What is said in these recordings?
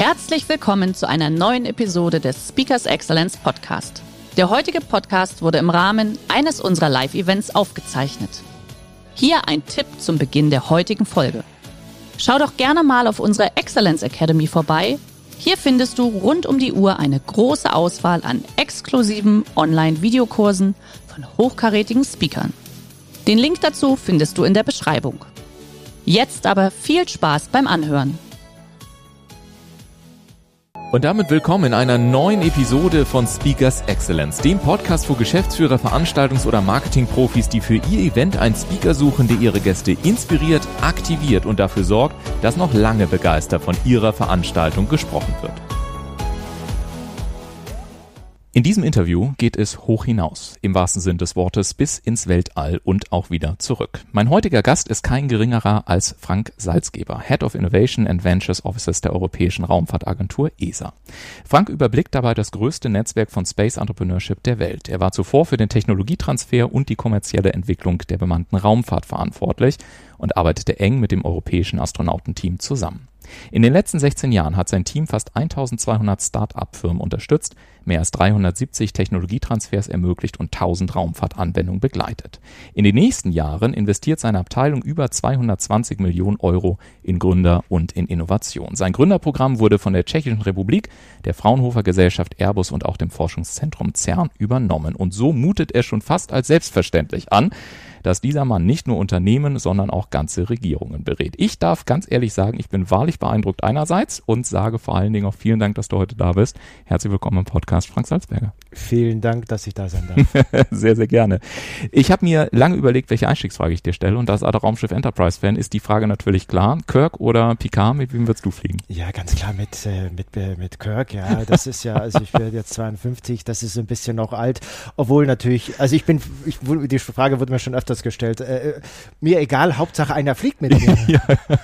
Herzlich willkommen zu einer neuen Episode des Speakers Excellence Podcast. Der heutige Podcast wurde im Rahmen eines unserer Live-Events aufgezeichnet. Hier ein Tipp zum Beginn der heutigen Folge. Schau doch gerne mal auf unserer Excellence Academy vorbei. Hier findest du rund um die Uhr eine große Auswahl an exklusiven Online-Videokursen von hochkarätigen Speakern. Den Link dazu findest du in der Beschreibung. Jetzt aber viel Spaß beim Anhören. Und damit willkommen in einer neuen Episode von Speakers Excellence, dem Podcast für Geschäftsführer, Veranstaltungs- oder Marketingprofis, die für ihr Event einen Speaker suchen, der ihre Gäste inspiriert, aktiviert und dafür sorgt, dass noch lange begeistert von ihrer Veranstaltung gesprochen wird. In diesem Interview geht es hoch hinaus, im wahrsten Sinn des Wortes, bis ins Weltall und auch wieder zurück. Mein heutiger Gast ist kein geringerer als Frank Salzgeber, Head of Innovation and Ventures Offices der Europäischen Raumfahrtagentur ESA. Frank überblickt dabei das größte Netzwerk von Space Entrepreneurship der Welt. Er war zuvor für den Technologietransfer und die kommerzielle Entwicklung der bemannten Raumfahrt verantwortlich und arbeitete eng mit dem europäischen Astronautenteam zusammen. In den letzten 16 Jahren hat sein Team fast 1200 Start-up-Firmen unterstützt, mehr als 370 Technologietransfers ermöglicht und 1000 Raumfahrtanwendungen begleitet. In den nächsten Jahren investiert seine Abteilung über 220 Millionen Euro in Gründer und in Innovation. Sein Gründerprogramm wurde von der Tschechischen Republik, der Fraunhofer Gesellschaft Airbus und auch dem Forschungszentrum CERN übernommen. Und so mutet er schon fast als selbstverständlich an, dass dieser Mann nicht nur Unternehmen, sondern auch ganze Regierungen berät. Ich darf ganz ehrlich sagen, ich bin wahrlich beeindruckt einerseits und sage vor allen Dingen auch vielen Dank, dass du heute da bist. Herzlich willkommen im Podcast, Frank Salzberger. Vielen Dank, dass ich da sein darf. Sehr, sehr gerne. Ich habe mir lange überlegt, welche Einstiegsfrage ich dir stelle, und als alter Raumschiff Enterprise-Fan ist die Frage natürlich klar. Kirk oder Picard, mit wem würdest du fliegen? Ja, ganz klar mit Kirk, ja. Das ist ja, also ich werde jetzt 52, das ist ein bisschen noch alt, obwohl natürlich, also die Frage wurde mir schon öfters gestellt. Mir egal, Hauptsache einer fliegt mit mir. Ja.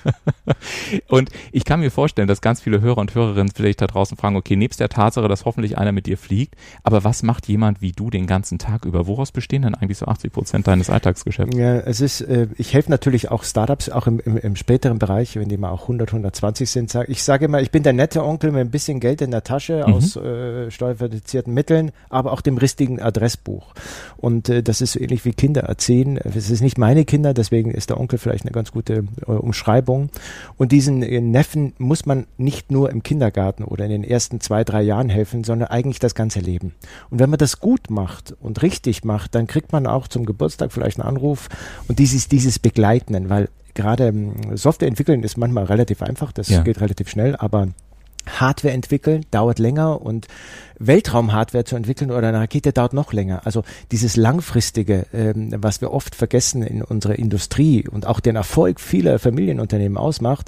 Und ich kann mir vorstellen, dass ganz viele Hörer und Hörerinnen vielleicht da draußen fragen, okay, nebst der Tatsache, dass hoffentlich einer mit dir fliegt, aber was macht jemand wie du den ganzen Tag über? Woraus bestehen denn eigentlich so 80% deines Alltagsgeschäfts? Ja, es ist, ich helfe natürlich auch Startups, auch im späteren Bereich, wenn die mal auch 100, 120 sind. Ich sage immer, ich bin der nette Onkel mit ein bisschen Geld in der Tasche aus steuerfindizierten Mitteln, aber auch dem richtigen Adressbuch. Und das ist so ähnlich wie Kinder erziehen. Es ist nicht meine Kinder, deswegen ist der Onkel vielleicht eine ganz gute Umschreibung. Und diesen Neffen muss man nicht nur im Kindergarten oder in den ersten 2, 3 Jahren helfen, sondern eigentlich das ganze Leben. Und wenn man das gut macht und richtig macht, dann kriegt man auch zum Geburtstag vielleicht einen Anruf und dieses Begleiten, weil gerade Software entwickeln ist manchmal relativ einfach, das geht relativ schnell, aber Hardware entwickeln dauert länger und Weltraumhardware zu entwickeln oder eine Rakete dauert noch länger. Also dieses langfristige, was wir oft vergessen in unserer Industrie und auch den Erfolg vieler Familienunternehmen ausmacht,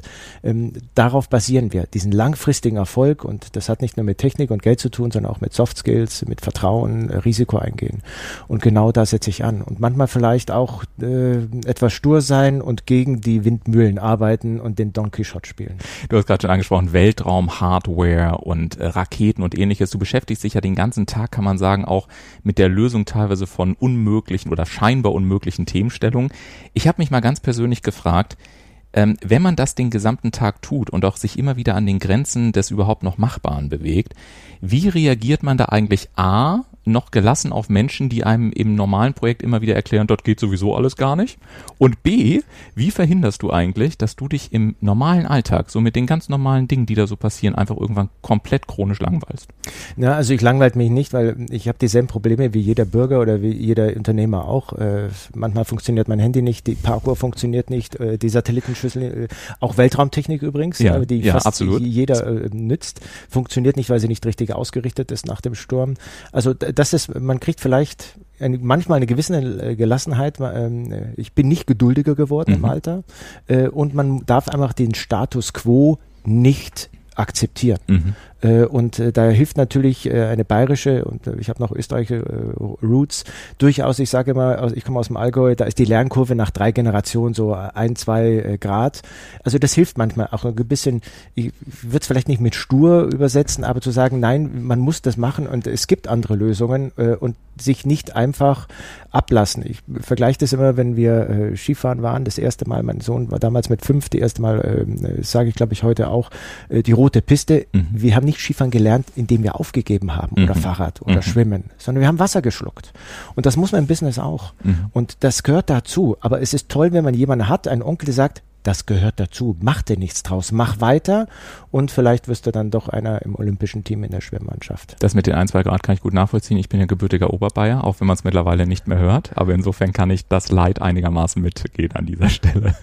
darauf basieren wir, diesen langfristigen Erfolg, und das hat nicht nur mit Technik und Geld zu tun, sondern auch mit Soft Skills, mit Vertrauen, Risiko eingehen. Und genau da setze ich an. Und manchmal vielleicht auch etwas stur sein und gegen die Windmühlen arbeiten und den Don Quixote spielen. Du hast gerade schon angesprochen, Weltraum, Hardware und Raketen und ähnliches. Du beschäftigst dich ja den ganzen Tag, kann man sagen, auch mit der Lösung teilweise von unmöglichen oder scheinbar unmöglichen Themenstellungen. Ich habe mich mal ganz persönlich gefragt, wenn man das den gesamten Tag tut und auch sich immer wieder an den Grenzen des überhaupt noch Machbaren bewegt, wie reagiert man da eigentlich noch gelassen auf Menschen, die einem im normalen Projekt immer wieder erklären, dort geht sowieso alles gar nicht? Und B, wie verhinderst du eigentlich, dass du dich im normalen Alltag, so mit den ganz normalen Dingen, die da so passieren, einfach irgendwann komplett chronisch langweilst? Na, also ich langweile mich nicht, weil ich habe dieselben Probleme wie jeder Bürger oder wie jeder Unternehmer auch. Manchmal funktioniert mein Handy nicht, die Parkuhr funktioniert nicht, die Satellitenschüssel, auch Weltraumtechnik übrigens, die fast absolut jeder nützt, funktioniert nicht, weil sie nicht richtig ausgerichtet ist nach dem Sturm. Also man kriegt vielleicht manchmal eine gewisse Gelassenheit. Ich bin nicht geduldiger geworden im Alter und man darf einfach den Status quo nicht akzeptieren. Und da hilft natürlich eine bayerische, und ich habe noch österreichische Roots, durchaus, ich sage immer, ich komme aus dem Allgäu, da ist die Lernkurve nach 3 Generationen so 1-2 Grad. Also das hilft manchmal auch ein bisschen, ich würde es vielleicht nicht mit stur übersetzen, aber zu sagen, nein, man muss das machen und es gibt andere Lösungen und sich nicht einfach ablassen. Ich vergleiche das immer, wenn wir Skifahren waren, das erste Mal, mein Sohn war damals mit 5, das erste Mal, sage ich glaube ich heute auch, die rote Piste. Wir haben nicht Skifahren gelernt, indem wir aufgegeben haben oder Fahrrad oder Schwimmen, sondern wir haben Wasser geschluckt. Und das muss man im Business auch. Und das gehört dazu. Aber es ist toll, wenn man jemanden hat, einen Onkel, der sagt, das gehört dazu, mach dir nichts draus, mach weiter und vielleicht wirst du dann doch einer im olympischen Team in der Schwimmmannschaft. Das mit den 1-2 Grad kann ich gut nachvollziehen. Ich bin ja gebürtiger Oberbayer, auch wenn man es mittlerweile nicht mehr hört. Aber insofern kann ich das Leid einigermaßen mitgehen an dieser Stelle.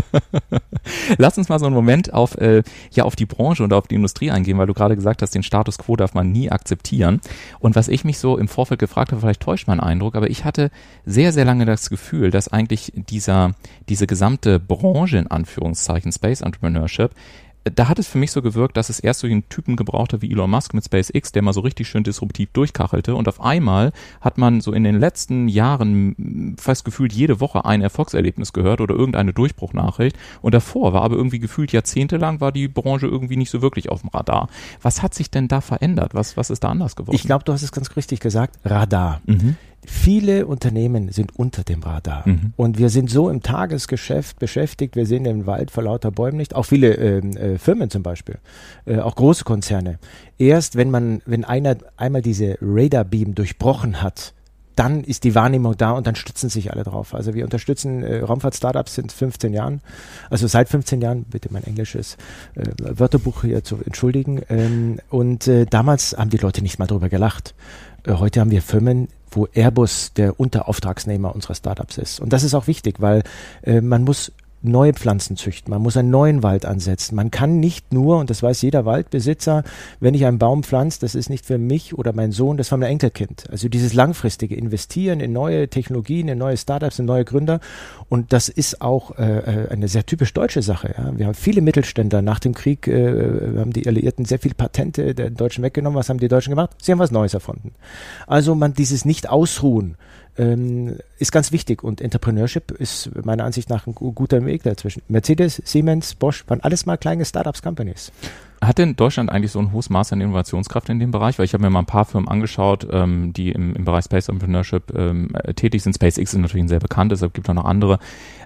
Lass uns mal so einen Moment auf die Branche und auf die Industrie eingehen, weil du gerade gesagt hast, den Status quo darf man nie akzeptieren. Und was ich mich so im Vorfeld gefragt habe, vielleicht täuscht mein Eindruck, aber ich hatte sehr, sehr lange das Gefühl, dass eigentlich diese gesamte Branche in Anführungszeichen Space Entrepreneurship, da hat es für mich so gewirkt, dass es erst so einen Typen gebraucht hat wie Elon Musk mit SpaceX, der mal so richtig schön disruptiv durchkachelte und auf einmal hat man so in den letzten Jahren fast gefühlt jede Woche ein Erfolgserlebnis gehört oder irgendeine Durchbruchnachricht und davor war aber irgendwie gefühlt jahrzehntelang war die Branche irgendwie nicht so wirklich auf dem Radar. Was hat sich denn da verändert? Was ist da anders geworden? Ich glaube, du hast es ganz richtig gesagt, Radar. Viele Unternehmen sind unter dem Radar und wir sind so im Tagesgeschäft beschäftigt, wir sehen den Wald vor lauter Bäumen nicht, auch viele Firmen zum Beispiel, auch große Konzerne. Erst wenn einer einmal diese Radarbeam durchbrochen hat, dann ist die Wahrnehmung da und dann stützen sich alle drauf. Also wir unterstützen Raumfahrt-Startups seit 15 Jahren, also seit 15 Jahren, bitte mein englisches Wörterbuch hier zu entschuldigen. Und damals haben die Leute nicht mal drüber gelacht. Heute haben wir Firmen, wo Airbus der Unterauftragsnehmer unserer Startups ist. Und das ist auch wichtig, weil man muss neue Pflanzen züchten, man muss einen neuen Wald ansetzen. Man kann nicht nur, und das weiß jeder Waldbesitzer, wenn ich einen Baum pflanze, das ist nicht für mich oder mein Sohn, das ist für mein Enkelkind. Also dieses langfristige Investieren in neue Technologien, in neue Startups, in neue Gründer. Und das ist auch eine sehr typisch deutsche Sache. Ja. Wir haben viele Mittelständler. Nach dem Krieg haben die Alliierten sehr viele Patente der Deutschen weggenommen. Was haben die Deutschen gemacht? Sie haben was Neues erfunden. Also dieses Nicht-Ausruhen ist ganz wichtig und Entrepreneurship ist meiner Ansicht nach ein guter Weg dazwischen. Mercedes, Siemens, Bosch waren alles mal kleine Startups-Companies. Hat denn Deutschland eigentlich so ein hohes Maß an Innovationskraft in dem Bereich? Weil ich habe mir mal ein paar Firmen angeschaut, die im Bereich Space Entrepreneurship tätig sind. SpaceX ist natürlich ein sehr bekanntes, aber es gibt auch noch andere.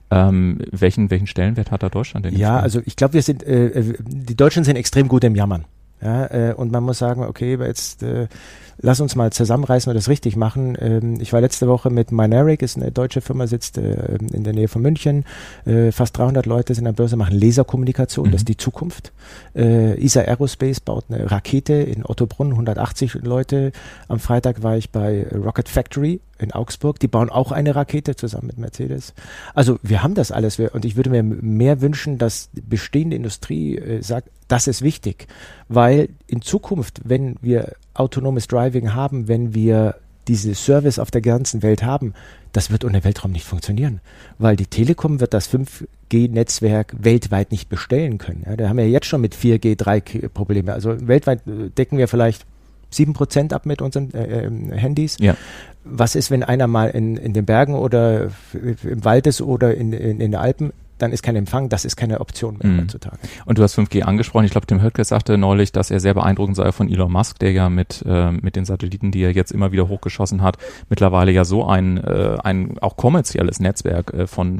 Welchen Stellenwert hat da Deutschland denn? Ja, also ich glaube, die Deutschen sind extrem gut im Jammern. Ja, und man muss sagen, okay, jetzt lass uns mal zusammenreißen und das richtig machen. Ich war letzte Woche mit Mynaric, ist eine deutsche Firma, sitzt in der Nähe von München. Fast 300 Leute sind an der Börse, machen Laserkommunikation, das ist die Zukunft. ESA Aerospace baut eine Rakete in Ottobrunn, 180 Leute. Am Freitag war ich bei Rocket Factory in Augsburg. Die bauen auch eine Rakete zusammen mit Mercedes. Also wir haben das alles. Und ich würde mir mehr wünschen, dass die bestehende Industrie sagt, das ist wichtig. Weil in Zukunft, wenn wir autonomes Driving haben, wenn wir diese Service auf der ganzen Welt haben, das wird ohne Weltraum nicht funktionieren. Weil die Telekom wird das 5G-Netzwerk weltweit nicht bestellen können. Ja, da haben wir jetzt schon mit 4G, 3G Probleme. Also weltweit decken wir vielleicht 7% ab mit unseren Handys. Ja. Was ist, wenn einer mal in den Bergen oder im Wald ist oder in den Alpen, dann ist kein Empfang, das ist keine Option mehr heutzutage. Und du hast 5G angesprochen. Ich glaube, Tim Höttges sagte neulich, dass er sehr beeindruckend sei von Elon Musk, der ja mit den Satelliten, die er jetzt immer wieder hochgeschossen hat, mittlerweile ja so ein auch kommerzielles Netzwerk von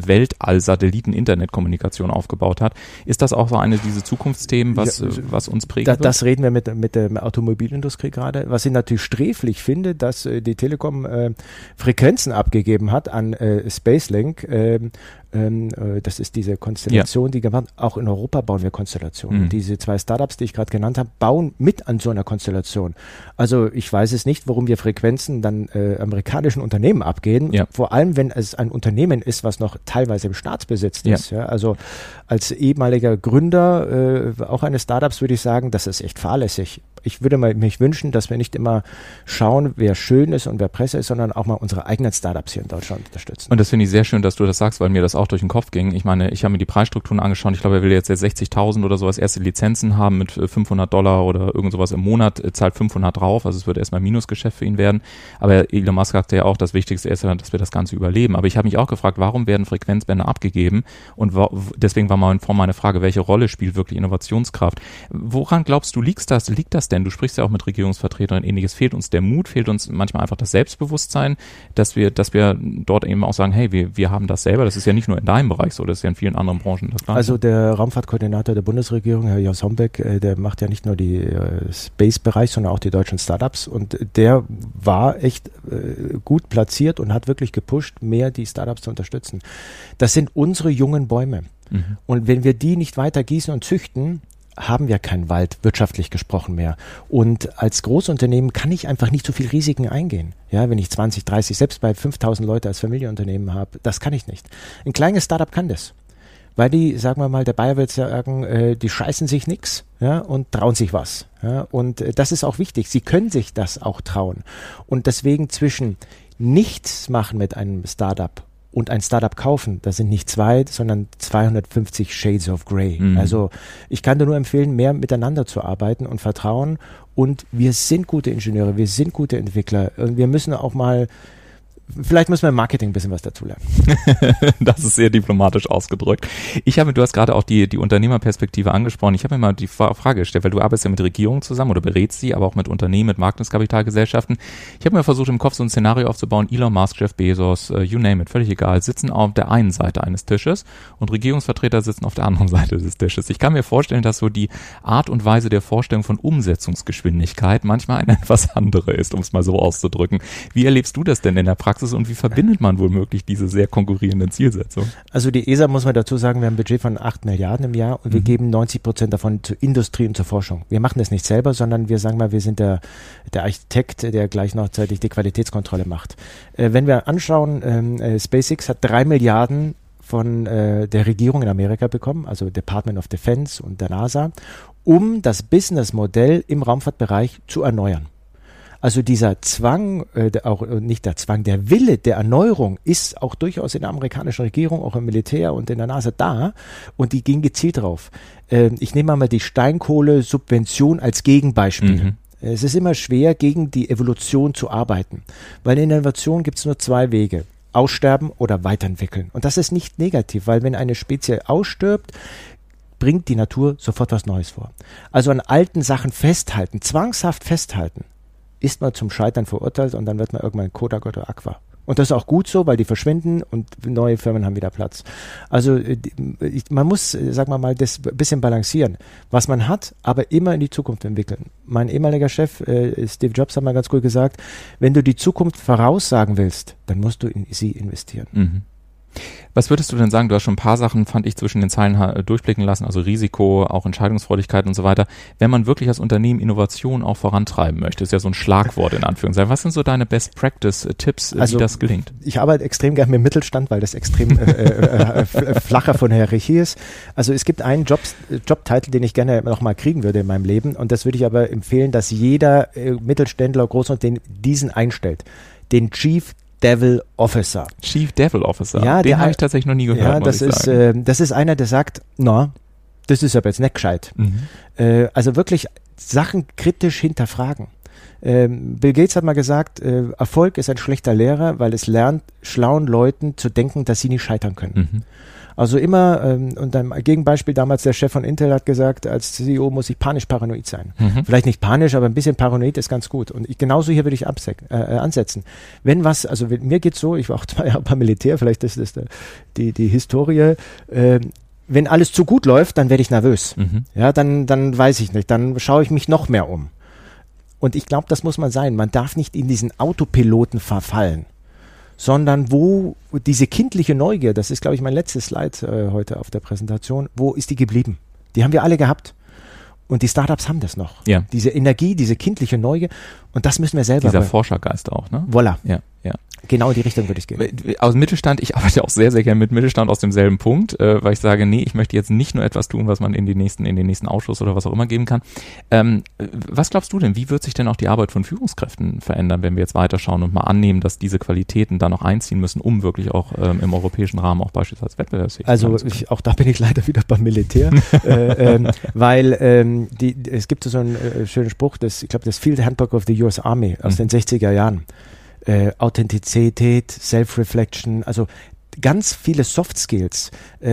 Weltall-Satelliten-Internetkommunikation aufgebaut hat. Ist das auch so eine dieser Zukunftsthemen, was uns prägen wird? Das reden wir mit der Automobilindustrie gerade. Was ich natürlich sträflich finde, dass die Telekom Frequenzen abgegeben hat an Spacelink. Das ist diese Konstellation, die gemacht, auch in Europa bauen wir Konstellationen. Diese 2 Startups, die ich gerade genannt habe, bauen mit an so einer Konstellation. Also ich weiß es nicht, warum wir Frequenzen dann amerikanischen Unternehmen abgeben, vor allem wenn es ein Unternehmen ist, was noch teilweise im Staatsbesitz ist. Ja. Also als ehemaliger Gründer auch eines Startups würde ich sagen, das ist echt fahrlässig. Ich würde mich wünschen, dass wir nicht immer schauen, wer schön ist und wer Presse ist, sondern auch mal unsere eigenen Startups hier in Deutschland unterstützen. Und das finde ich sehr schön, dass du das sagst, weil mir das auch durch den Kopf ging. Ich meine, ich habe mir die Preisstrukturen angeschaut. Ich glaube, er will jetzt 60.000 oder so als erste Lizenzen haben mit $500 oder irgend sowas im Monat, zahlt 500 drauf. Also es wird erstmal ein Minusgeschäft für ihn werden. Aber Elon Musk sagte ja auch, das Wichtigste ist ja, dass wir das Ganze überleben. Aber ich habe mich auch gefragt, warum werden Frequenzbänder abgegeben? Und deswegen war meine Frage, welche Rolle spielt wirklich Innovationskraft? Woran glaubst du, liegt das denn? Du sprichst ja auch mit Regierungsvertretern und Ähnliches. Fehlt uns der Mut, fehlt uns manchmal einfach das Selbstbewusstsein, dass wir dort eben auch sagen, hey, wir haben das selber. Das ist ja nicht nur in deinem Bereich so, das ist ja in vielen anderen Branchen das Gleiche. Also der Raumfahrtkoordinator der Bundesregierung, Herr Jos Hombeck, der macht ja nicht nur die Space-Bereich, sondern auch die deutschen Startups und der war echt gut platziert und hat wirklich gepusht, mehr die Startups zu unterstützen. Das sind unsere jungen Bäume. Und wenn wir die nicht weiter gießen und züchten, haben wir keinen Wald, wirtschaftlich gesprochen mehr. Und als Großunternehmen kann ich einfach nicht so viel Risiken eingehen. Ja, wenn ich 20, 30, selbst bei 5.000 Leute als Familienunternehmen habe, das kann ich nicht. Ein kleines Startup kann das. Weil die, sagen wir mal, der Bayer wird sagen, die scheißen sich nix, ja, und trauen sich was. Ja, und das ist auch wichtig. Sie können sich das auch trauen. Und deswegen zwischen nichts machen mit einem Startup und ein Startup kaufen, das sind nicht 2, sondern 250 Shades of Grey. Also ich kann dir nur empfehlen, mehr miteinander zu arbeiten und vertrauen. Und wir sind gute Ingenieure, wir sind gute Entwickler. Und wir müssen auch mal, vielleicht müssen wir im Marketing ein bisschen was dazu lernen. Das ist sehr diplomatisch ausgedrückt. Du hast gerade auch die Unternehmerperspektive angesprochen. Ich habe mir mal die Frage gestellt, weil du arbeitest ja mit Regierungen zusammen oder berätst sie, aber auch mit Unternehmen, mit Marktkapitalgesellschaften. Ich habe mir versucht, im Kopf so ein Szenario aufzubauen. Elon Musk, Jeff Bezos, you name it, völlig egal, sitzen auf der einen Seite eines Tisches und Regierungsvertreter sitzen auf der anderen Seite des Tisches. Ich kann mir vorstellen, dass so die Art und Weise der Vorstellung von Umsetzungsgeschwindigkeit manchmal eine etwas andere ist, um es mal so auszudrücken. Wie erlebst du das denn in der Praxis? Und wie verbindet man womöglich diese sehr konkurrierenden Zielsetzungen? Also die ESA, muss man dazu sagen, wir haben ein Budget von 8 Milliarden im Jahr und wir geben 90% davon zur Industrie und zur Forschung. Wir machen das nicht selber, sondern wir sagen mal, wir sind der Architekt, der gleich noch-zeitig die Qualitätskontrolle macht. Wenn wir anschauen, SpaceX hat 3 Milliarden von der Regierung in Amerika bekommen, also Department of Defense und der NASA, um das Businessmodell im Raumfahrtbereich zu erneuern. Also dieser Zwang, auch nicht der Zwang, der Wille der Erneuerung ist auch durchaus in der amerikanischen Regierung, auch im Militär und in der NASA da und die gehen gezielt drauf. Ich nehme mal die Steinkohle-Subvention als Gegenbeispiel. Es ist immer schwer, gegen die Evolution zu arbeiten, weil in der Innovation gibt es nur 2 Wege. Aussterben oder weiterentwickeln. Und das ist nicht negativ, weil wenn eine Spezies ausstirbt, bringt die Natur sofort was Neues vor. Also an alten Sachen festhalten, zwangshaft festhalten, ist man zum Scheitern verurteilt und dann wird man irgendwann Kodak oder Aqua. Und das ist auch gut so, weil die verschwinden und neue Firmen haben wieder Platz. Also man muss, sagen wir mal, das ein bisschen balancieren, was man hat, aber immer in die Zukunft entwickeln. Mein ehemaliger Chef, Steve Jobs, hat mal ganz gut gesagt, wenn du die Zukunft voraussagen willst, dann musst du in sie investieren. Was würdest du denn sagen? Du hast schon ein paar Sachen, fand ich, zwischen den Zeilen durchblicken lassen, also Risiko, auch Entscheidungsfreudigkeit und so weiter. Wenn man wirklich als Unternehmen Innovation auch vorantreiben möchte, ist ja so ein Schlagwort in Anführungszeichen. Was sind so deine Best-Practice-Tipps, wie das gelingt? Ich arbeite extrem gerne mit Mittelstand, weil das extrem flacher von der Hierarchie ist. Also es gibt einen Jobtitel, den ich gerne noch mal kriegen würde in meinem Leben und das würde ich aber empfehlen, dass jeder Mittelständler, Großunternehmen diesen einstellt. Den Chief Devil Officer. Chief Devil Officer? Ja, den habe ich tatsächlich noch nie gehört. Ja, das ist einer, der sagt, das ist aber jetzt nicht gescheit. Also wirklich Sachen kritisch hinterfragen. Bill Gates hat mal gesagt, Erfolg ist ein schlechter Lehrer, weil es lernt, schlauen Leuten zu denken, dass sie nicht scheitern können. Also immer, und ein Gegenbeispiel damals, der Chef von Intel hat gesagt, als CEO muss ich panisch-paranoid sein. Vielleicht nicht panisch, aber ein bisschen paranoid ist ganz gut. Und genauso hier würde ich ansetzen. Wenn was, also mir geht's so, ich war auch 2 Jahre beim Militär, vielleicht ist das die Historie, wenn alles zu gut läuft, dann werde ich nervös. Ja, dann weiß ich nicht, dann schaue ich mich noch mehr um. Und ich glaube, das muss man sein. Man darf nicht in diesen Autopiloten verfallen, sondern wo diese kindliche Neugier, das ist, glaube ich, mein letztes Slide heute auf der Präsentation, wo ist die geblieben? Die haben wir alle gehabt. Und die Startups haben das noch. Ja. Diese Energie, diese kindliche Neugier. Und das müssen wir selber. Dieser Forschergeist auch, ne? Voilà. Ja. Genau in die Richtung würde ich gehen. Aus Mittelstand, ich arbeite auch sehr, sehr gerne mit Mittelstand aus demselben Punkt, weil ich sage, nee, ich möchte jetzt nicht nur etwas tun, was man in den nächsten Ausschuss oder was auch immer geben kann. Was glaubst du denn, wie wird sich denn auch die Arbeit von Führungskräften verändern, wenn wir jetzt weiterschauen und mal annehmen, dass diese Qualitäten da noch einziehen müssen, um wirklich auch im europäischen Rahmen auch beispielsweise wettbewerbsfähig zu sein? Also auch da bin ich leider wieder beim Militär, weil es gibt so einen schönen Spruch, ich glaube, das Field Handbook of the US Army aus den 60er Jahren. Authentizität, Self-Reflection, also ganz viele Soft Skills.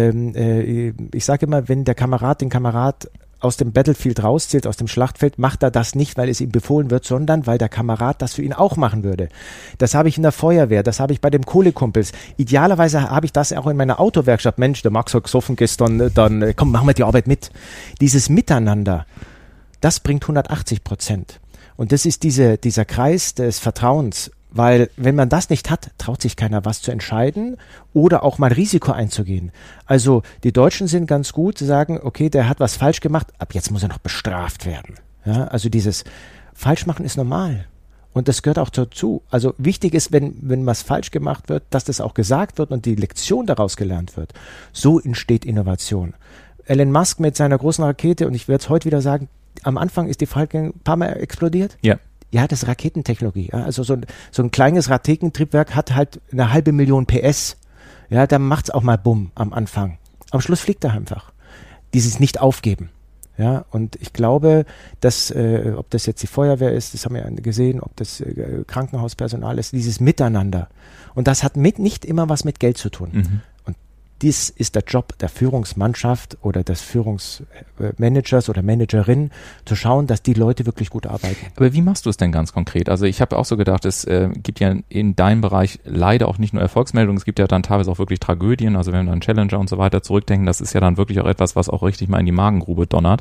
Ich sage immer, wenn der Kamerad den Kamerad aus dem Battlefield rauszählt, aus dem Schlachtfeld, macht er das nicht, weil es ihm befohlen wird, sondern weil der Kamerad das für ihn auch machen würde. Das habe ich in der Feuerwehr, das habe ich bei dem Kohlekumpels. Idealerweise habe ich das auch in meiner Autowerkstatt. Mensch, der Max hat gesoffen gestern, dann komm, machen wir die Arbeit mit. Dieses Miteinander, das bringt 180%. Und das ist dieser Kreis des Vertrauens. Weil wenn man das nicht hat, traut sich keiner was zu entscheiden oder auch mal Risiko einzugehen. Also die Deutschen sind ganz gut, zu sagen, okay, der hat was falsch gemacht, ab jetzt muss er noch bestraft werden. Ja, also dieses Falschmachen ist normal und das gehört auch dazu. Also wichtig ist, wenn was falsch gemacht wird, dass das auch gesagt wird und die Lektion daraus gelernt wird. So entsteht Innovation. Elon Musk mit seiner großen Rakete, und ich werde es heute wieder sagen, am Anfang ist die Falcon ein paar Mal explodiert. Ja. Ja, das ist Raketentechnologie. Ja. Also so ein kleines Raketentriebwerk hat halt 500.000 PS. Ja, da macht's auch mal Bumm am Anfang. Am Schluss fliegt er einfach. Dieses Nicht-Aufgeben. Ja, und ich glaube, dass, ob das jetzt die Feuerwehr ist, das haben wir ja gesehen, ob das Krankenhauspersonal ist, dieses Miteinander. Und das hat nicht immer was mit Geld zu tun. Mhm. Dies ist der Job der Führungsmannschaft oder des Führungsmanagers oder Managerin, zu schauen, dass die Leute wirklich gut arbeiten. Aber wie machst du es denn ganz konkret? Also ich habe auch so gedacht, es gibt ja in deinem Bereich leider auch nicht nur Erfolgsmeldungen, es gibt ja dann teilweise auch wirklich Tragödien. Also wenn wir an Challenger und so weiter zurückdenken, das ist ja dann wirklich auch etwas, was auch richtig mal in die Magengrube donnert.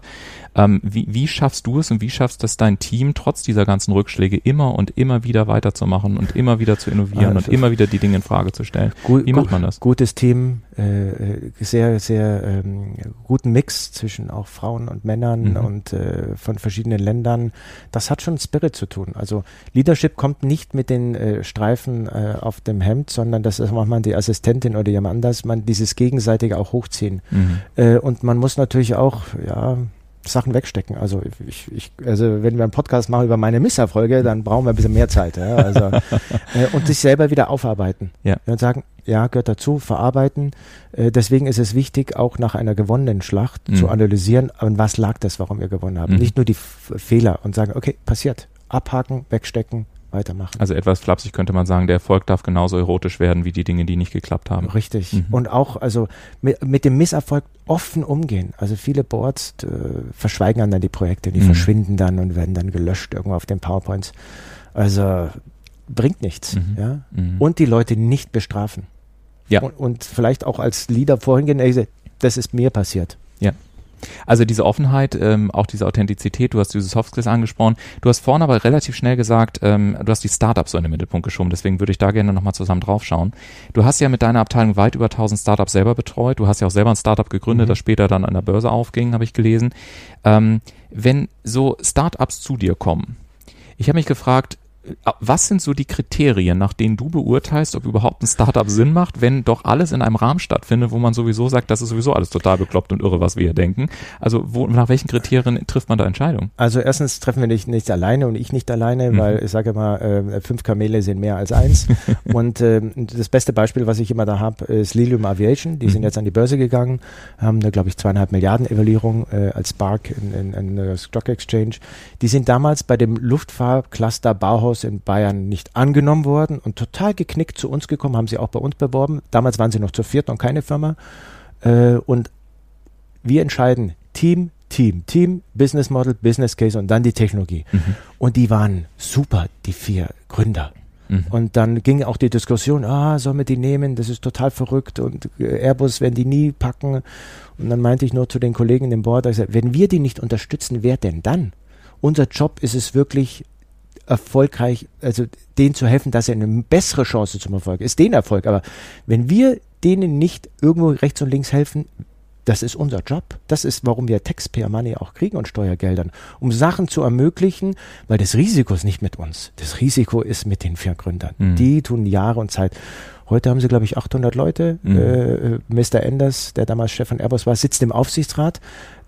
Wie schaffst du es und wie schaffst es dein Team, trotz dieser ganzen Rückschläge immer und immer wieder weiterzumachen und immer wieder zu innovieren und immer wieder die Dinge in Frage zu stellen? Wie macht man das? Gutes Team, sehr, sehr guten Mix zwischen auch Frauen und Männern und von verschiedenen Ländern. Das hat schon Spirit zu tun. Also Leadership kommt nicht mit den Streifen auf dem Hemd, sondern das macht man die Assistentin oder jemand anders, man dieses gegenseitige auch hochziehen. Und man muss natürlich auch, Sachen wegstecken. Also also wenn wir einen Podcast machen über meine Misserfolge, dann brauchen wir ein bisschen mehr Zeit. Ja? Also, und sich selber wieder aufarbeiten. Ja. Und sagen, ja, gehört dazu, verarbeiten. Deswegen ist es wichtig, auch nach einer gewonnenen Schlacht zu analysieren, an was lag das, warum wir gewonnen haben. Nicht nur die Fehler und sagen, okay, passiert. Abhaken, wegstecken, weitermachen. Also etwas flapsig könnte man sagen, der Erfolg darf genauso erotisch werden wie die Dinge, die nicht geklappt haben. Richtig. Und auch also mit dem Misserfolg offen umgehen. Also viele Boards verschweigen dann die Projekte, die verschwinden dann und werden dann gelöscht irgendwo auf den PowerPoints. Also bringt nichts. Ja? Und die Leute nicht bestrafen. Ja. Und vielleicht auch als Leader vorhin gehen, das ist mir passiert. Ja. Also diese Offenheit, auch diese Authentizität, du hast diese Soft Skills angesprochen. Du hast vorhin aber relativ schnell gesagt, du hast die Startups so in den Mittelpunkt geschoben, deswegen würde ich da gerne nochmal zusammen drauf schauen. Du hast ja mit deiner Abteilung weit über 1000 Startups selber betreut. Du hast ja auch selber ein Startup gegründet, das später dann an der Börse aufging, habe ich gelesen. Wenn so Startups zu dir kommen, ich habe mich gefragt, was sind so die Kriterien, nach denen du beurteilst, ob überhaupt ein Startup Sinn macht, wenn doch alles in einem Rahmen stattfindet, wo man sowieso sagt, das ist sowieso alles total bekloppt und irre, was wir hier denken. Also nach welchen Kriterien trifft man da Entscheidungen? Also erstens treffen wir nicht alleine und ich nicht alleine, weil ich sage immer, 5 Kamele sind mehr als 1. Und das beste Beispiel, was ich immer da habe, ist Lilium Aviation. Die sind jetzt an die Börse gegangen, haben eine, glaube ich, 2,5 Milliarden Evaluierung als Spark in der Stock Exchange. Die sind damals bei dem Luftfahrtcluster Bauhaus in Bayern nicht angenommen worden und total geknickt zu uns gekommen, haben sie auch bei uns beworben. Damals waren sie noch zu viert und keine Firma. Und wir entscheiden Team, Business Model, Business Case und dann die Technologie. Und die waren super, die 4 Gründer. Und dann ging auch die Diskussion, sollen wir die nehmen, das ist total verrückt und Airbus werden die nie packen. Und dann meinte ich nur zu den Kollegen im Board, ich sag, wenn wir die nicht unterstützen, wer denn dann? Unser Job ist es wirklich, erfolgreich, also denen zu helfen, dass er eine bessere Chance zum Erfolg ist, den Erfolg. Aber wenn wir denen nicht irgendwo rechts und links helfen, Das ist unser Job. Das ist, warum wir Taxpayer Money auch kriegen und Steuergeldern, um Sachen zu ermöglichen, weil das Risiko ist nicht mit uns. Das Risiko ist mit den 4 Gründern. Die tun Jahre und Zeit. Heute haben sie, glaube ich, 800 Leute. Mr. Enders, der damals Chef von Airbus war, sitzt im Aufsichtsrat.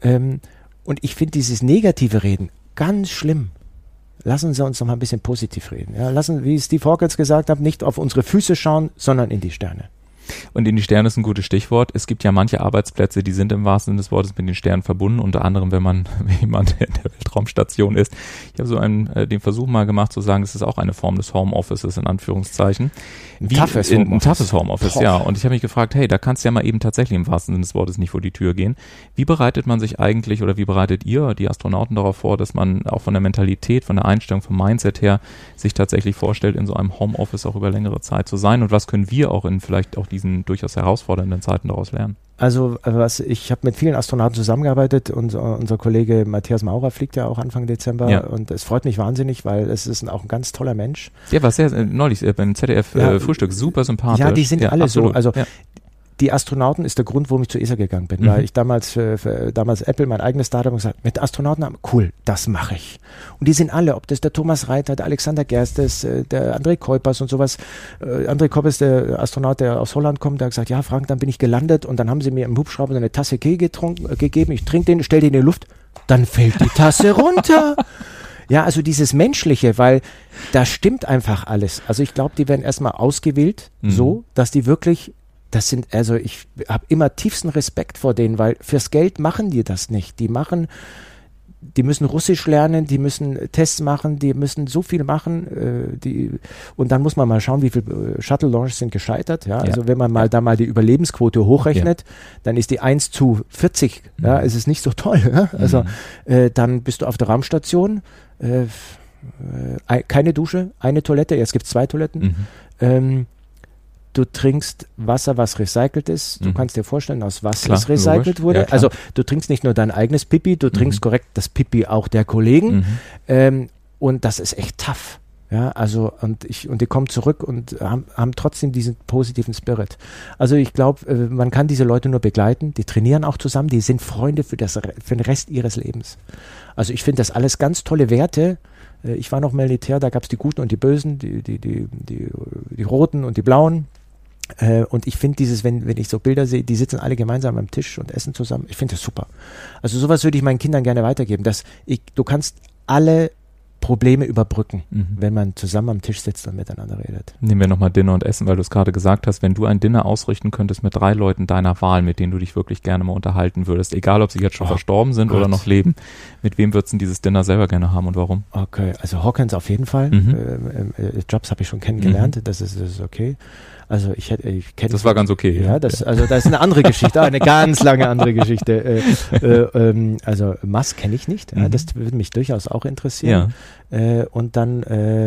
Und ich finde dieses negative Reden ganz schlimm. Lassen Sie uns noch mal ein bisschen positiv reden. Ja, lassen, wie Steve Hawkins gesagt hat, nicht auf unsere Füße schauen, sondern in die Sterne. Und in die Sterne ist ein gutes Stichwort. Es gibt ja manche Arbeitsplätze, die sind im wahrsten Sinne des Wortes mit den Sternen verbunden, unter anderem, wenn man jemand in der Weltraumstation ist. Ich habe so den Versuch mal gemacht zu sagen, das ist auch eine Form des Homeoffices, in Anführungszeichen. Ein toughes Homeoffice, ja. Und ich habe mich gefragt, hey, da kannst du ja mal eben tatsächlich im wahrsten Sinne des Wortes nicht vor die Tür gehen. Wie bereitet man sich eigentlich oder wie bereitet ihr, die Astronauten, darauf vor, dass man auch von der Mentalität, von der Einstellung, vom Mindset her sich tatsächlich vorstellt, in so einem Homeoffice auch über längere Zeit zu sein? Und was können wir auch in vielleicht auch diesen durchaus herausfordernden Zeiten daraus lernen? Also ich habe mit vielen Astronauten zusammengearbeitet. Unser Kollege Matthias Maurer fliegt ja auch Anfang Dezember und es freut mich wahnsinnig, weil es ist auch ein ganz toller Mensch. Der war sehr neulich beim ZDF Frühstück super sympathisch. Ja, die sind alle absolut so. Also die Astronauten ist der Grund, warum ich zu ESA gegangen bin, weil ich damals Apple mein eigenes Startup gesagt, mit Astronauten haben, cool, das mache ich. Und die sind alle, ob das der Thomas Reiter, der Alexander Gerstes, der André Kuipers und sowas. André Kuipers, der Astronaut, der aus Holland kommt, der hat gesagt, ja Frank, dann bin ich gelandet und dann haben sie mir im Hubschrauber so eine Tasse Tee gegeben, ich trinke den, stell den in die Luft, dann fällt die Tasse runter. Ja, also dieses Menschliche, weil da stimmt einfach alles. Also ich glaube, die werden erstmal ausgewählt, so, dass die wirklich ich habe immer tiefsten Respekt vor denen, weil fürs Geld machen die das nicht. Die müssen Russisch lernen, die müssen Tests machen, die müssen so viel machen, und dann muss man mal schauen, wie viele Shuttle-Launches sind gescheitert. Ja? Also wenn man mal die Überlebensquote hochrechnet, dann ist die 1:40. Ja, es ist nicht so toll. Ja? Also dann bist du auf der Raumstation, keine Dusche, eine Toilette, jetzt gibt es 2 Toiletten. Du trinkst Wasser, was recycelt ist. Du kannst dir vorstellen, aus was es recycelt wurde. Ja, also du trinkst nicht nur dein eigenes Pipi, du trinkst korrekt das Pipi auch der Kollegen. Und das ist echt tough. Ja, also und die kommen zurück und haben trotzdem diesen positiven Spirit. Also ich glaube, man kann diese Leute nur begleiten. Die trainieren auch zusammen. Die sind Freunde für den Rest ihres Lebens. Also ich finde das alles ganz tolle Werte. Ich war noch Militär, da gab es die Guten und die Bösen, die Roten und die Blauen. Und ich finde wenn ich so Bilder sehe, die sitzen alle gemeinsam am Tisch und essen zusammen. Ich finde das super. Also sowas würde ich meinen Kindern gerne weitergeben, du kannst alle Probleme überbrücken, wenn man zusammen am Tisch sitzt und miteinander redet. Nehmen wir nochmal Dinner und Essen, weil du es gerade gesagt hast, wenn du ein Dinner ausrichten könntest mit 3 Leuten deiner Wahl, mit denen du dich wirklich gerne mal unterhalten würdest, egal ob sie jetzt schon verstorben sind oder noch leben, mit wem würdest du dieses Dinner selber gerne haben und warum? Okay, also Hawkins auf jeden Fall. Jobs habe ich schon kennengelernt, das ist okay. Also ich kenne. Das war ganz okay. Ja, das ist eine andere Geschichte, eine ganz lange andere Geschichte. Also Musk kenne ich nicht. Ja, das würde mich durchaus auch interessieren. Ja. Und dann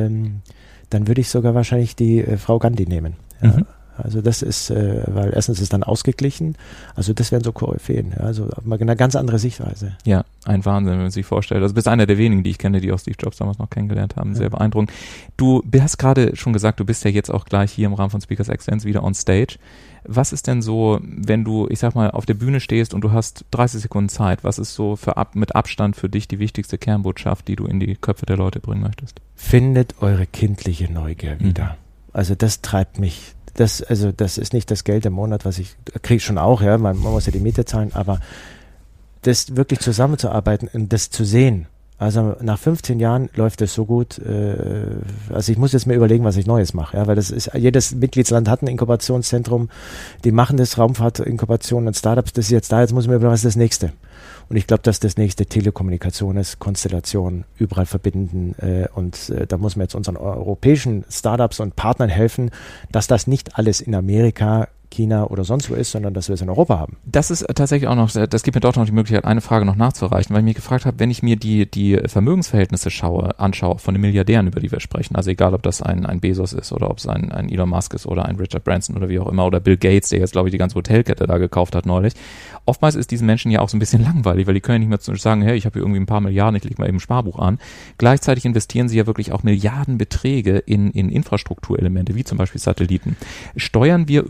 würde ich sogar wahrscheinlich die Frau Gandhi nehmen. Ja. Also das ist, weil erstens ist es dann ausgeglichen. Also das wären so Koryphäen. Ja, also mal eine ganz andere Sichtweise. Ja, ein Wahnsinn, wenn man sich vorstellt. Also du bist einer der wenigen, die ich kenne, die auch Steve Jobs damals noch kennengelernt haben. Sehr beeindruckend. Du hast gerade schon gesagt, du bist ja jetzt auch gleich hier im Rahmen von Speakers Excellence wieder on stage. Was ist denn so, wenn du, ich sag mal, auf der Bühne stehst und du hast 30 Sekunden Zeit, was ist so mit Abstand für dich die wichtigste Kernbotschaft, die du in die Köpfe der Leute bringen möchtest? Findet eure kindliche Neugier wieder. Also das treibt mich. Das ist nicht das Geld im Monat, was ich kriege schon auch, ja, man muss ja die Miete zahlen, aber das wirklich zusammenzuarbeiten und das zu sehen. Also nach 15 Jahren läuft es so gut, also ich muss jetzt mir überlegen, was ich Neues mache, ja, weil jedes Mitgliedsland hat ein Inkubationszentrum, die machen das, Raumfahrt-Inkubation und Startups, das ist jetzt da, jetzt muss ich mir überlegen, was ist das nächste? Und ich glaube, dass das nächste Telekommunikation ist, Konstellation, überall verbinden, und da muss man jetzt unseren europäischen Startups und Partnern helfen, dass das nicht alles in Amerika, China oder sonst wo ist, sondern dass wir es in Europa haben. Das ist tatsächlich auch noch, das gibt mir dort noch die Möglichkeit, eine Frage noch nachzureichen, weil ich mich gefragt habe, wenn ich mir die Vermögensverhältnisse anschaue von den Milliardären, über die wir sprechen, also egal, ob das ein Bezos ist oder ob es ein Elon Musk ist oder ein Richard Branson oder wie auch immer oder Bill Gates, der jetzt, glaube ich, die ganze Hotelkette da gekauft hat neulich. Oftmals ist diesen Menschen ja auch so ein bisschen langweilig, weil die können ja nicht mehr sagen, hey, ich habe hier irgendwie ein paar Milliarden, ich lege mal eben ein Sparbuch an. Gleichzeitig investieren sie ja wirklich auch Milliardenbeträge in Infrastrukturelemente, wie zum Beispiel Satelliten. Steuern wir irgendwann auf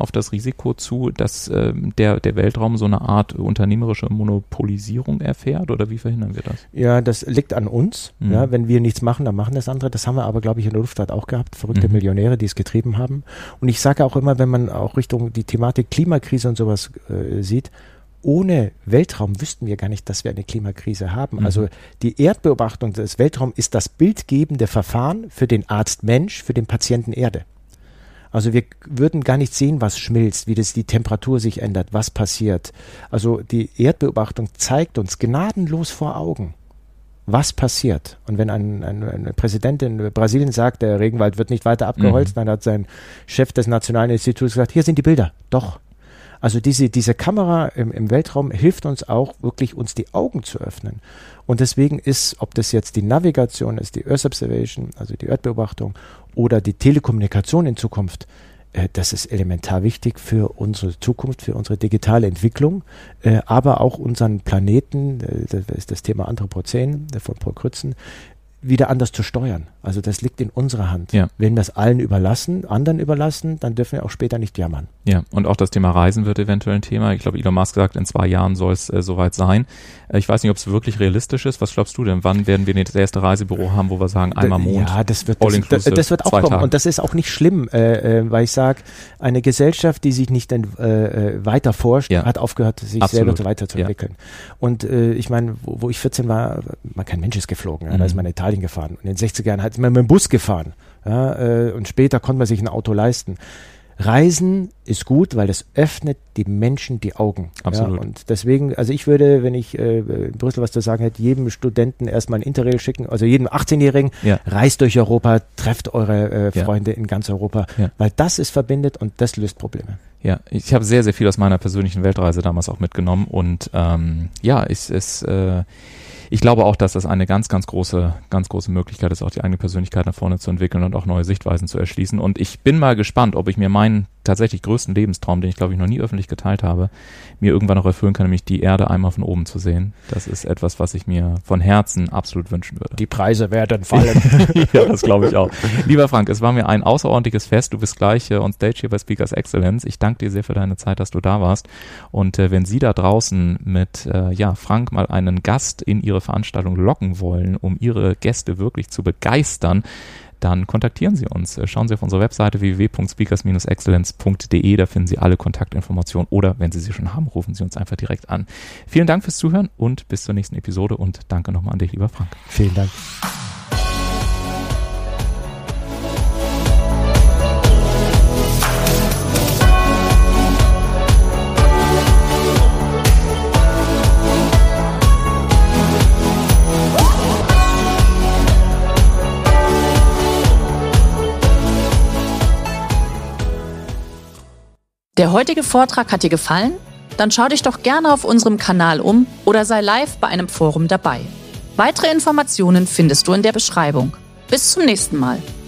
auf das Risiko zu, dass der Weltraum so eine Art unternehmerische Monopolisierung erfährt, oder wie verhindern wir das? Ja, das liegt an uns. Ja, wenn wir nichts machen, dann machen das andere. Das haben wir aber, glaube ich, in der Luftfahrt auch gehabt. Verrückte Millionäre, die es getrieben haben. Und ich sage auch immer, wenn man auch Richtung die Thematik Klimakrise und sowas sieht, ohne Weltraum wüssten wir gar nicht, dass wir eine Klimakrise haben. Also die Erdbeobachtung des Weltraums ist das bildgebende Verfahren für den Arzt Mensch, für den Patienten Erde. Also wir würden gar nicht sehen, was schmilzt, wie das die Temperatur sich ändert, was passiert. Also die Erdbeobachtung zeigt uns gnadenlos vor Augen, was passiert. Und wenn ein Präsident in Brasilien sagt, der Regenwald wird nicht weiter abgeholzt, dann hat sein Chef des Nationalen Instituts gesagt, hier sind die Bilder. Doch. Also diese Kamera im Weltraum hilft uns auch wirklich, uns die Augen zu öffnen. Und deswegen ist, ob das jetzt die Navigation ist, die Earth Observation, also die Erdbeobachtung oder die Telekommunikation in Zukunft, das ist elementar wichtig für unsere Zukunft, für unsere digitale Entwicklung, aber auch unseren Planeten, das ist das Thema Anthropozän von Paul Crutzen, wieder anders zu steuern. Also das liegt in unserer Hand. Ja. Wenn wir es anderen überlassen, dann dürfen wir auch später nicht jammern. Ja, und auch das Thema Reisen wird eventuell ein Thema. Ich glaube, Elon Musk sagt, in 2 Jahren soll es soweit sein. Ich weiß nicht, ob es wirklich realistisch ist. Was glaubst du denn? Wann werden wir das erste Reisebüro haben, wo wir sagen, einmal Mond? Ja, das wird auch kommen. Tage. Und das ist auch nicht schlimm, weil ich sage, eine Gesellschaft, die sich nicht weiter forscht, hat aufgehört, sich selber weiterzuentwickeln. Ja. Und ich meine, wo ich 14 war, kein Mensch ist geflogen. Da ist man in Italien gefahren. Und in den 60er Jahren hat man mit dem Bus gefahren. Ja, und später konnte man sich ein Auto leisten. Reisen ist gut, weil das öffnet die Menschen die Augen. Absolut. Ja, und deswegen, also ich würde, wenn ich in Brüssel was zu sagen hätte, jedem Studenten erstmal ein Interrail schicken, also jedem 18-Jährigen, reist durch Europa, trefft eure Freunde in ganz Europa, weil das ist verbindet und das löst Probleme. Ja, ich habe sehr, sehr viel aus meiner persönlichen Weltreise damals auch mitgenommen und ich glaube auch, dass das eine ganz, ganz große Möglichkeit ist, auch die eigene Persönlichkeit nach vorne zu entwickeln und auch neue Sichtweisen zu erschließen. Und ich bin mal gespannt, ob ich mir meinen tatsächlich größten Lebenstraum, den ich glaube ich noch nie öffentlich geteilt habe, mir irgendwann noch erfüllen kann, nämlich die Erde einmal von oben zu sehen. Das ist etwas, was ich mir von Herzen absolut wünschen würde. Die Preise werden fallen. Ja, das glaube ich auch. Lieber Frank, es war mir ein außerordentliches Fest. Du bist gleich on stage hier bei Speakers Excellence. Ich danke dir sehr für deine Zeit, dass du da warst. Und wenn Sie da draußen mit Frank mal einen Gast in Ihre Veranstaltung locken wollen, um Ihre Gäste wirklich zu begeistern, dann kontaktieren Sie uns. Schauen Sie auf unsere Webseite www.speakers-excellence.de, da finden Sie alle Kontaktinformationen oder wenn Sie schon haben, rufen Sie uns einfach direkt an. Vielen Dank fürs Zuhören und bis zur nächsten Episode und danke nochmal an dich, lieber Frank. Vielen Dank. Der heutige Vortrag hat dir gefallen? Dann schau dich doch gerne auf unserem Kanal um oder sei live bei einem Forum dabei. Weitere Informationen findest du in der Beschreibung. Bis zum nächsten Mal.